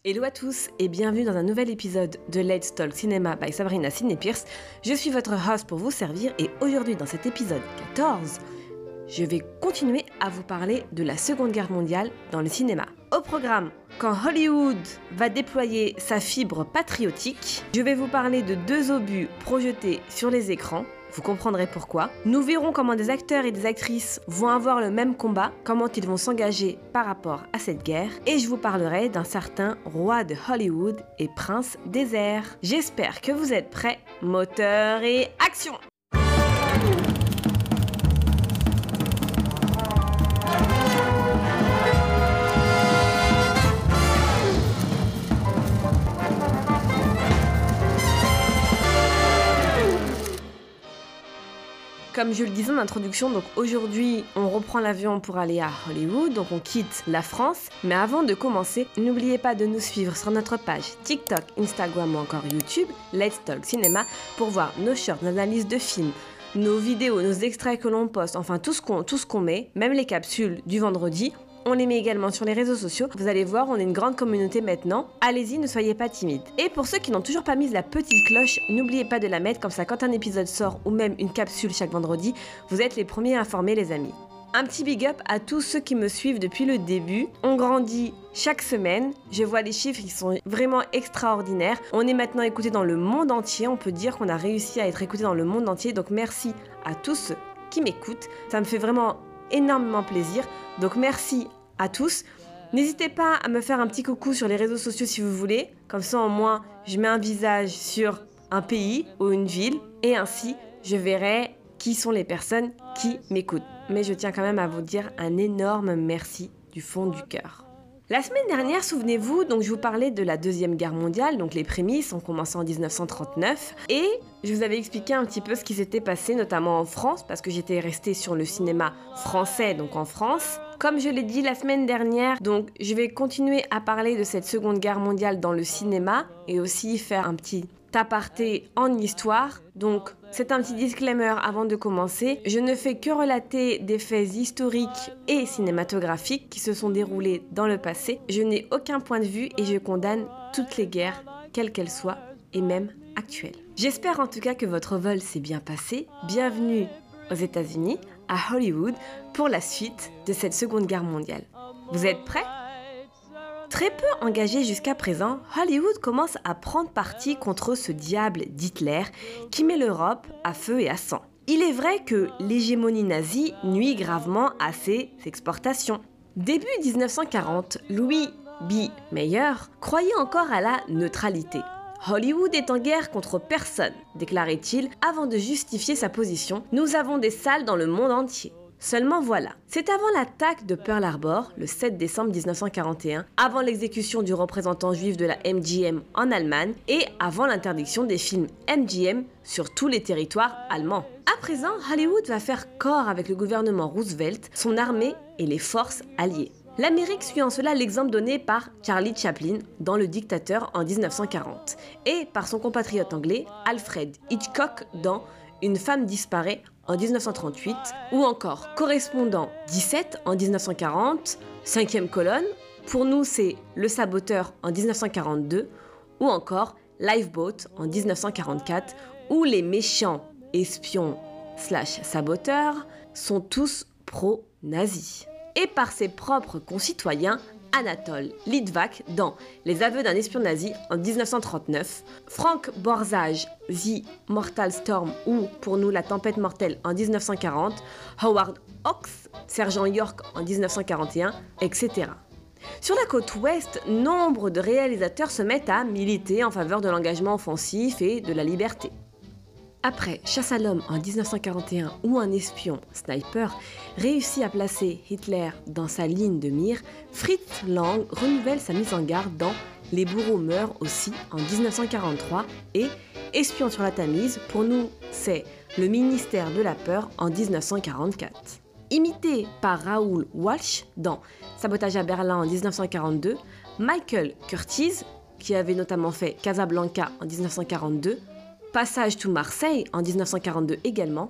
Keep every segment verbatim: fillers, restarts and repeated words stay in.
Hello à tous et bienvenue dans un nouvel épisode de Let's Talk Cinema by Sabrina Ciné-Pierce. Je suis votre host pour vous servir et aujourd'hui dans cet épisode quatorze, je vais continuer à vous parler de la Seconde Guerre mondiale dans le cinéma. Au programme, quand Hollywood va déployer sa fibre patriotique, je vais vous parler de deux obus projetés sur les écrans. Vous comprendrez pourquoi. Nous verrons comment des acteurs et des actrices vont avoir le même combat, comment ils vont s'engager par rapport à cette guerre. Et je vous parlerai d'un certain roi de Hollywood et prince des airs. J'espère que vous êtes prêts. Moteur et action! Comme je le disais en introduction, donc aujourd'hui, on reprend l'avion pour aller à Hollywood, donc on quitte la France. Mais avant de commencer, n'oubliez pas de nous suivre sur notre page TikTok, Instagram ou encore YouTube, Let's Talk Cinéma, pour voir nos shorts, nos analyses de films, nos vidéos, nos extraits que l'on poste, enfin tout ce qu'on, tout ce qu'on met, même les capsules du vendredi. On les met également sur les réseaux sociaux. Vous allez voir, on est une grande communauté maintenant. Allez-y, ne soyez pas timides. Et pour ceux qui n'ont toujours pas mis la petite cloche, n'oubliez pas de la mettre, comme ça quand un épisode sort ou même une capsule chaque vendredi, vous êtes les premiers informés les amis. Un petit big up à tous ceux qui me suivent depuis le début. On grandit chaque semaine. Je vois les chiffres qui sont vraiment extraordinaires. On est maintenant écouté dans le monde entier. On peut dire qu'on a réussi à être écouté dans le monde entier. Donc merci à tous ceux qui m'écoutent. Ça me fait vraiment énormément plaisir. Donc merci à tous. N'hésitez pas à me faire un petit coucou sur les réseaux sociaux si vous voulez. Comme ça, au moins, je mets un visage sur un pays ou une ville. Et ainsi, je verrai qui sont les personnes qui m'écoutent. Mais je tiens quand même à vous dire un énorme merci du fond du cœur. La semaine dernière, souvenez-vous, donc je vous parlais de la Deuxième Guerre mondiale, donc les prémices ont commencé en dix-neuf cent trente-neuf, et je vous avais expliqué un petit peu ce qui s'était passé, notamment en France, parce que j'étais restée sur le cinéma français, donc en France. Comme je l'ai dit la semaine dernière, donc je vais continuer à parler de cette Seconde Guerre mondiale dans le cinéma, et aussi faire un petit aparté en histoire. Donc c'est un petit disclaimer avant de commencer. Je ne fais que relater des faits historiques et cinématographiques qui se sont déroulés dans le passé. Je n'ai aucun point de vue et je condamne toutes les guerres, quelles qu'elles soient, et même actuelles. J'espère en tout cas que votre vol s'est bien passé. Bienvenue aux États-Unis, à Hollywood, pour la suite de cette Seconde Guerre mondiale. Vous êtes prêts ? Très peu engagé jusqu'à présent, Hollywood commence à prendre parti contre ce diable d'Hitler qui met l'Europe à feu et à sang. Il est vrai que l'hégémonie nazie nuit gravement à ses exportations. Début dix-neuf cent quarante, Louis B. Mayer croyait encore à la neutralité. Hollywood est en guerre contre personne, déclarait-il avant de justifier sa position. Nous avons des salles dans le monde entier. Seulement voilà, c'est avant l'attaque de Pearl Harbor, le sept décembre dix-neuf cent quarante et un, avant l'exécution du représentant juif de la M G M en Allemagne et avant l'interdiction des films M G M sur tous les territoires allemands. À présent, Hollywood va faire corps avec le gouvernement Roosevelt, son armée et les forces alliées. L'Amérique suit en cela l'exemple donné par Charlie Chaplin dans Le Dictateur en dix-neuf cent quarante et par son compatriote anglais Alfred Hitchcock dans Une femme disparaît en dix-neuf cent trente-huit, ou encore Correspondant dix-sept en dix-neuf cent quarante, Cinquième colonne, pour nous c'est Le Saboteur en dix-neuf cent quarante-deux, ou encore Lifeboat en dix-neuf cent quarante-quatre, où les méchants espions slash saboteurs sont tous pro-nazis. Et par ses propres concitoyens, Anatole Litvak dans Les aveux d'un espion nazi en dix-neuf cent trente-neuf, Frank Borzage, The Mortal Storm ou pour nous La tempête mortelle en dix-neuf cent quarante, Howard Hawks, Sergent York en dix-neuf cent quarante et un, et cetera. Sur la côte ouest, nombre de réalisateurs se mettent à militer en faveur de l'engagement offensif et de la liberté. Après Chasse à l'homme en dix-neuf cent quarante et un où un espion, Sniper, réussit à placer Hitler dans sa ligne de mire, Fritz Lang renouvelle sa mise en garde dans Les bourreaux meurent aussi en dix-neuf cent quarante-trois et Espion sur la Tamise, pour nous c'est Le ministère de la peur en dix-neuf cent quarante-quatre. Imité par Raoul Walsh dans Sabotage à Berlin en dix-neuf cent quarante-deux, Michael Curtiz, qui avait notamment fait Casablanca en dix-neuf cent quarante-deux, Passage to Marseille en dix-neuf cent quarante-deux également,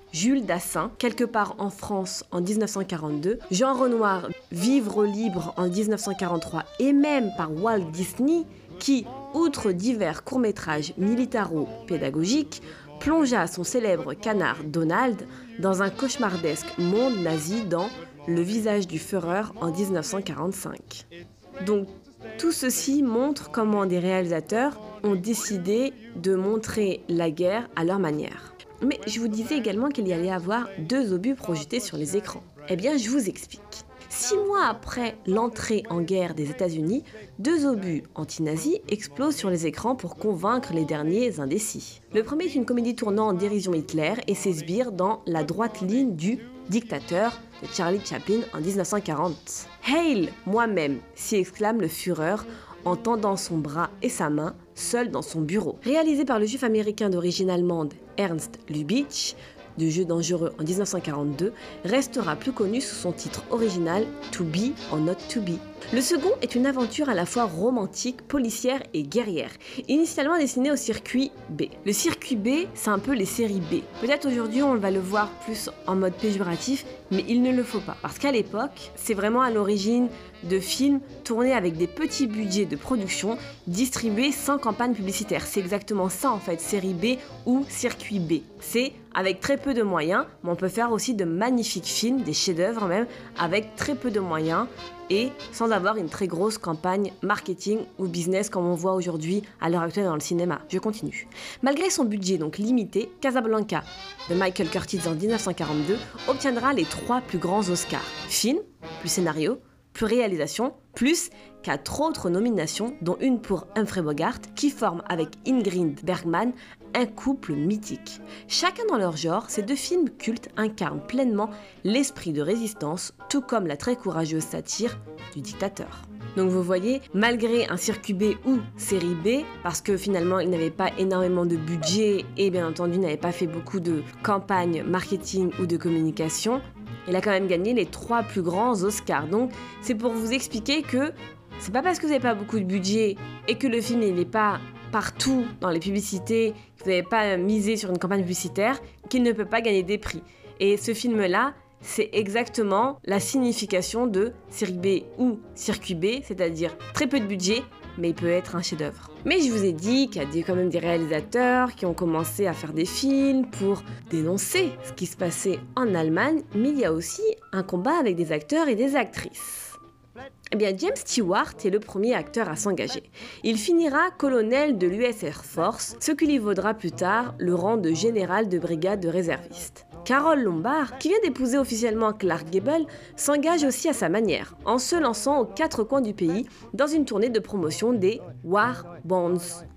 Jules Dassin, Quelque part en France en dix-neuf cent quarante-deux, Jean Renoir, Vivre libre en dix-neuf cent quarante-trois et même par Walt Disney qui, outre divers courts-métrages militaro-pédagogiques, plongea son célèbre canard Donald dans un cauchemardesque monde nazi dans Le visage du Führer en dix-neuf cent quarante-cinq. Donc tout ceci montre comment des réalisateurs ont décidé de montrer la guerre à leur manière. Mais je vous disais également qu'il y allait avoir deux obus projetés sur les écrans. Eh bien, je vous explique. Six mois après l'entrée en guerre des États-Unis, deux obus anti-nazis explosent sur les écrans pour convaincre les derniers indécis. Le premier est une comédie tournant en dérision Hitler et ses sbires dans la droite ligne du dictateur de Charlie Chaplin en dix-neuf cent quarante. « Hail, moi-même !» s'y exclame le Führer en tendant son bras et sa main, seul dans son bureau. Réalisé par le juif américain d'origine allemande Ernst Lubitsch, de Jeux dangereux en dix-neuf cent quarante-deux, restera plus connu sous son titre original To Be or Not To Be. Le second est une aventure à la fois romantique, policière et guerrière, initialement destinée au circuit B. Le circuit B, c'est un peu les séries B. Peut-être aujourd'hui on va le voir plus en mode péjoratif, mais il ne le faut pas. Parce qu'à l'époque, c'est vraiment à l'origine de films tournés avec des petits budgets de production, distribués sans campagne publicitaire. C'est exactement ça en fait, série B ou circuit B. C'est avec très peu de moyens, mais on peut faire aussi de magnifiques films, des chefs-d'œuvre même, avec très peu de moyens et sans avoir une très grosse campagne marketing ou business comme on voit aujourd'hui à l'heure actuelle dans le cinéma. Je continue. Malgré son budget donc limité, Casablanca de Michael Curtiz en dix-neuf cent quarante-deux obtiendra les trois plus grands Oscars. Film, plus scénario, plus réalisation, plus quatre autres nominations, dont une pour Humphrey Bogart, qui forme avec Ingrid Bergman un couple mythique. Chacun dans leur genre, ces deux films cultes incarnent pleinement l'esprit de résistance, tout comme la très courageuse satire du dictateur. Donc vous voyez, malgré un circuit B ou série B, parce que finalement il n'avait pas énormément de budget et bien entendu n'avait pas fait beaucoup de campagnes marketing ou de communication, il a quand même gagné les trois plus grands Oscars. Donc c'est pour vous expliquer que c'est pas parce que vous n'avez pas beaucoup de budget et que le film n'est pas partout dans les publicités, que vous n'avez pas misé sur une campagne publicitaire, qu'il ne peut pas gagner des prix. Et ce film-là, c'est exactement la signification de série B ou circuit B, c'est-à-dire très peu de budget, mais il peut être un chef-d'œuvre. Mais je vous ai dit qu'il y a quand même des réalisateurs qui ont commencé à faire des films pour dénoncer ce qui se passait en Allemagne, mais il y a aussi un combat avec des acteurs et des actrices. Eh bien, James Stewart est le premier acteur à s'engager. Il finira colonel de l'U S Air Force, ce qui lui vaudra plus tard le rang de général de brigade de réservistes. Carole Lombard, qui vient d'épouser officiellement Clark Gable, s'engage aussi à sa manière, en se lançant aux quatre coins du pays dans une tournée de promotion des War Bonds,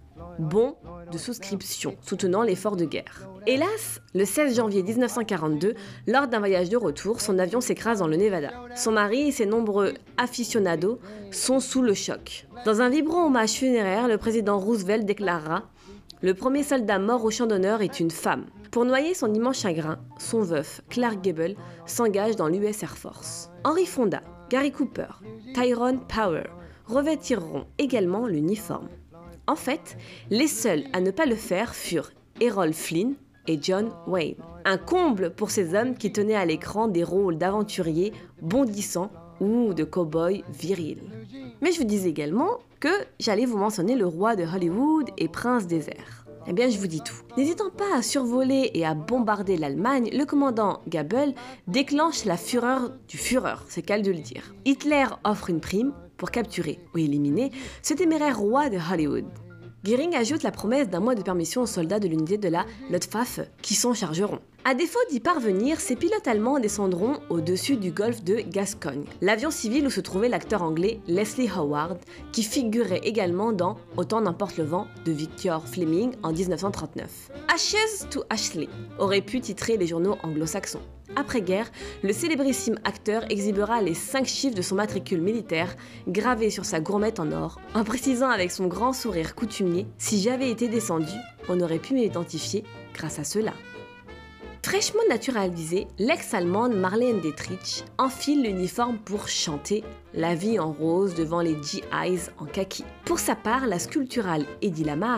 bons de souscription, soutenant l'effort de guerre. Hélas, le seize janvier mille neuf cent quarante-deux, lors d'un voyage de retour, son avion s'écrase dans le Nevada. Son mari et ses nombreux aficionados sont sous le choc. Dans un vibrant hommage funéraire, le président Roosevelt déclarera « Le premier soldat mort au champ d'honneur est une femme ». Pour noyer son immense chagrin, son veuf, Clark Gable, s'engage dans l'U S Air Force. Henry Fonda, Gary Cooper, Tyrone Power revêtiront également l'uniforme. En fait, les seuls à ne pas le faire furent Errol Flynn et John Wayne. Un comble pour ces hommes qui tenaient à l'écran des rôles d'aventuriers bondissants ou de cow-boys virils. Mais je vous dis également que j'allais vous mentionner le roi de Hollywood et prince des airs. Eh bien, je vous dis tout. N'hésitant pas à survoler et à bombarder l'Allemagne, le commandant Gable déclenche la fureur du Führer, c'est qu'à de le dire. Hitler offre une prime pour capturer ou éliminer ce téméraire roi de Hollywood. Göring ajoute la promesse d'un mois de permission aux soldats de l'unité de la Luftwaffe qui s'en chargeront. À défaut d'y parvenir, ces pilotes allemands descendront au-dessus du golfe de Gascogne, l'avion civil où se trouvait l'acteur anglais Leslie Howard, qui figurait également dans Autant n'emporte le vent de Victor Fleming en mille neuf cent trente-neuf. Ashes to Ashley aurait pu titrer les journaux anglo-saxons. Après-guerre, le célébrissime acteur exhibera les cinq chiffres de son matricule militaire gravés sur sa gourmette en or, en précisant avec son grand sourire coutumier « Si j'avais été descendu, on aurait pu m'identifier grâce à cela ». Fraîchement naturalisée, l'ex-allemande Marlene Dietrich enfile l'uniforme pour chanter La vie en rose devant les G Is en kaki. Pour sa part, la sculpturale Hedy Lamarr,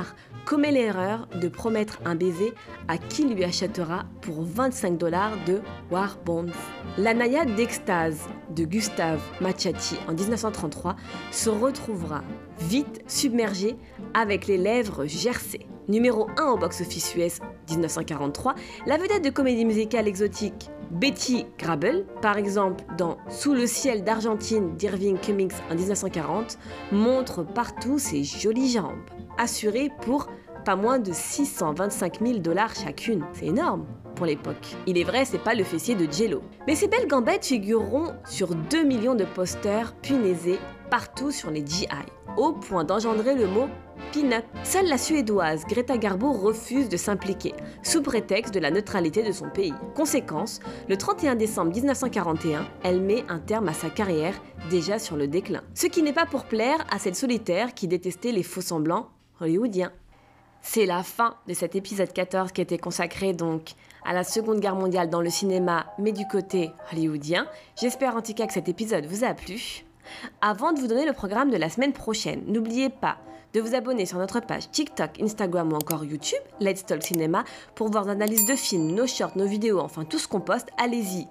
commet l'erreur de promettre un baiser à qui lui achètera pour vingt-cinq dollars de War Bonds. La naïade d'extase de Gustave Maciati en dix-neuf cent trente-trois se retrouvera vite submergée avec les lèvres gercées. Numéro un au box-office U S dix-neuf cent quarante-trois, la vedette de comédie musicale exotique Betty Grable, par exemple dans Sous le ciel d'Argentine d'Irving Cummings en dix-neuf cent quarante, montre partout ses jolies jambes, assurées pour pas moins de six cent vingt-cinq mille dollars chacune. C'est énorme pour l'époque. Il est vrai, c'est pas le fessier de J-Lo. Mais ces belles gambettes figureront sur deux millions de posters punaisés partout sur les G I, au point d'engendrer le mot pin-up. Seule la Suédoise Greta Garbo refuse de s'impliquer, sous prétexte de la neutralité de son pays. Conséquence, le trente et un décembre mille neuf cent quarante et un, elle met un terme à sa carrière, déjà sur le déclin. Ce qui n'est pas pour plaire à cette solitaire qui détestait les faux-semblants hollywoodiens. C'est la fin de cet épisode quatorze qui était consacré donc à la Seconde Guerre mondiale dans le cinéma, mais du côté hollywoodien. J'espère en tout cas que cet épisode vous a plu. Avant de vous donner le programme de la semaine prochaine, n'oubliez pas de vous abonner sur notre page TikTok, Instagram ou encore YouTube, Let's Talk Cinéma, pour voir nos analyses de films, nos shorts, nos vidéos, enfin tout ce qu'on poste, allez-y.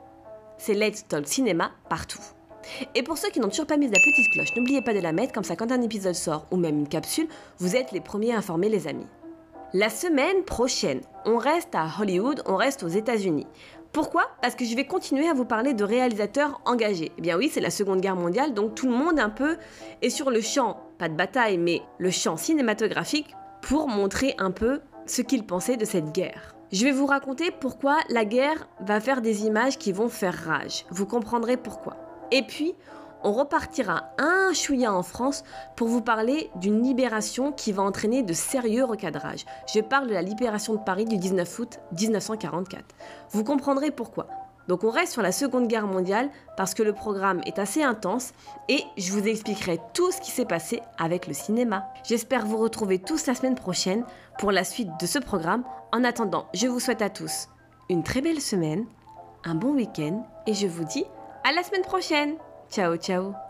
C'est Let's Talk Cinéma partout. Et pour ceux qui n'ont toujours pas mis la petite cloche, n'oubliez pas de la mettre, comme ça quand un épisode sort ou même une capsule, vous êtes les premiers informés les amis. La semaine prochaine, on reste à Hollywood, on reste aux États-Unis. Pourquoi ? Parce que je vais continuer à vous parler de réalisateurs engagés. Eh bien oui, c'est la Seconde Guerre mondiale, donc tout le monde un peu est sur le champ, pas de bataille, mais le champ cinématographique pour montrer un peu ce qu'ils pensaient de cette guerre. Je vais vous raconter pourquoi la guerre va faire des images qui vont faire rage. Vous comprendrez pourquoi. Et puis, on repartira un chouïa en France pour vous parler d'une libération qui va entraîner de sérieux recadrages. Je parle de la libération de Paris du dix-neuf août mille neuf cent quarante-quatre. Vous comprendrez pourquoi. Donc on reste sur la Seconde Guerre mondiale parce que le programme est assez intense et je vous expliquerai tout ce qui s'est passé avec le cinéma. J'espère vous retrouver tous la semaine prochaine pour la suite de ce programme. En attendant, je vous souhaite à tous une très belle semaine, un bon week-end et je vous dis à la semaine prochaine. Ciao, ciao.